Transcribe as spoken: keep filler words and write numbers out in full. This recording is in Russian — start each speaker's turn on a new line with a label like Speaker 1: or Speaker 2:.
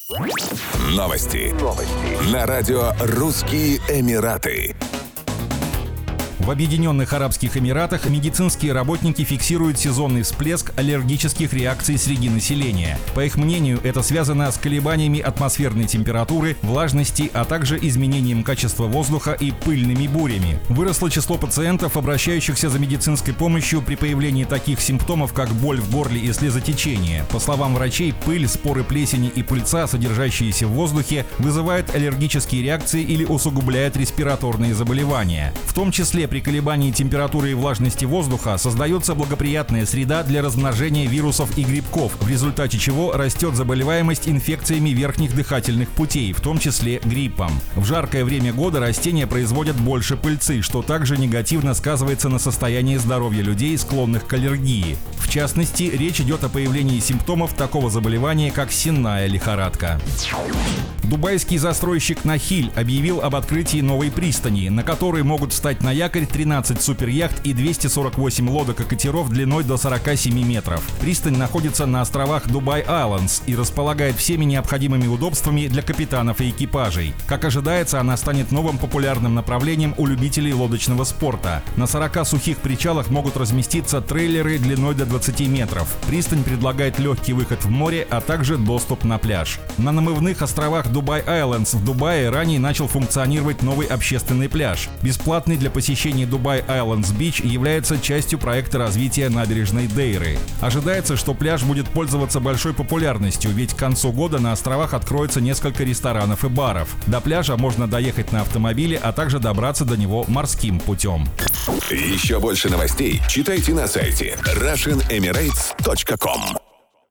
Speaker 1: Новости. Новости. На радио «Русские Эмираты».
Speaker 2: В Объединенных Арабских Эмиратах медицинские работники фиксируют сезонный всплеск аллергических реакций среди населения. По их мнению, это связано с колебаниями атмосферной температуры, влажности, а также изменением качества воздуха и пыльными бурями. Выросло число пациентов, обращающихся за медицинской помощью при появлении таких симптомов, как боль в горле и слезотечение. По словам врачей, пыль, споры плесени и пыльца, содержащиеся в воздухе, вызывают аллергические реакции или усугубляют респираторные заболевания. В том числе при колебании температуры и влажности воздуха создается благоприятная среда для размножения вирусов и грибков, в результате чего растет заболеваемость инфекциями верхних дыхательных путей, в том числе гриппом. В жаркое время года растения производят больше пыльцы, что также негативно сказывается на состоянии здоровья людей, склонных к аллергии. В частности, речь идет о появлении симптомов такого заболевания, как сенная лихорадка. Дубайский застройщик Нахиль объявил об открытии новой пристани, на которой могут встать на якорь тринадцать суперяхт и двести сорок восемь лодок и катеров длиной до сорока семи метров. Пристань находится на островах Дубай-Айлендс и располагает всеми необходимыми удобствами для капитанов и экипажей. Как ожидается, она станет новым популярным направлением у любителей лодочного спорта. На сорока сухих причалах могут разместиться трейлеры длиной до двадцати метров. Пристань предлагает легкий выход в море, а также доступ на пляж. На намывных островах Дубай-Айлендс в Дубае ранее начал функционировать новый общественный пляж. Бесплатный для посещения Дубай-Айлендс-Бич является частью проекта развития набережной Дейры. Ожидается, что пляж будет пользоваться большой популярностью, ведь к концу года на островах откроется несколько ресторанов и баров. До пляжа можно доехать на автомобиле, а также добраться до него морским путем.
Speaker 1: Еще больше новостей читайте на сайте Russian Emirates точка ком.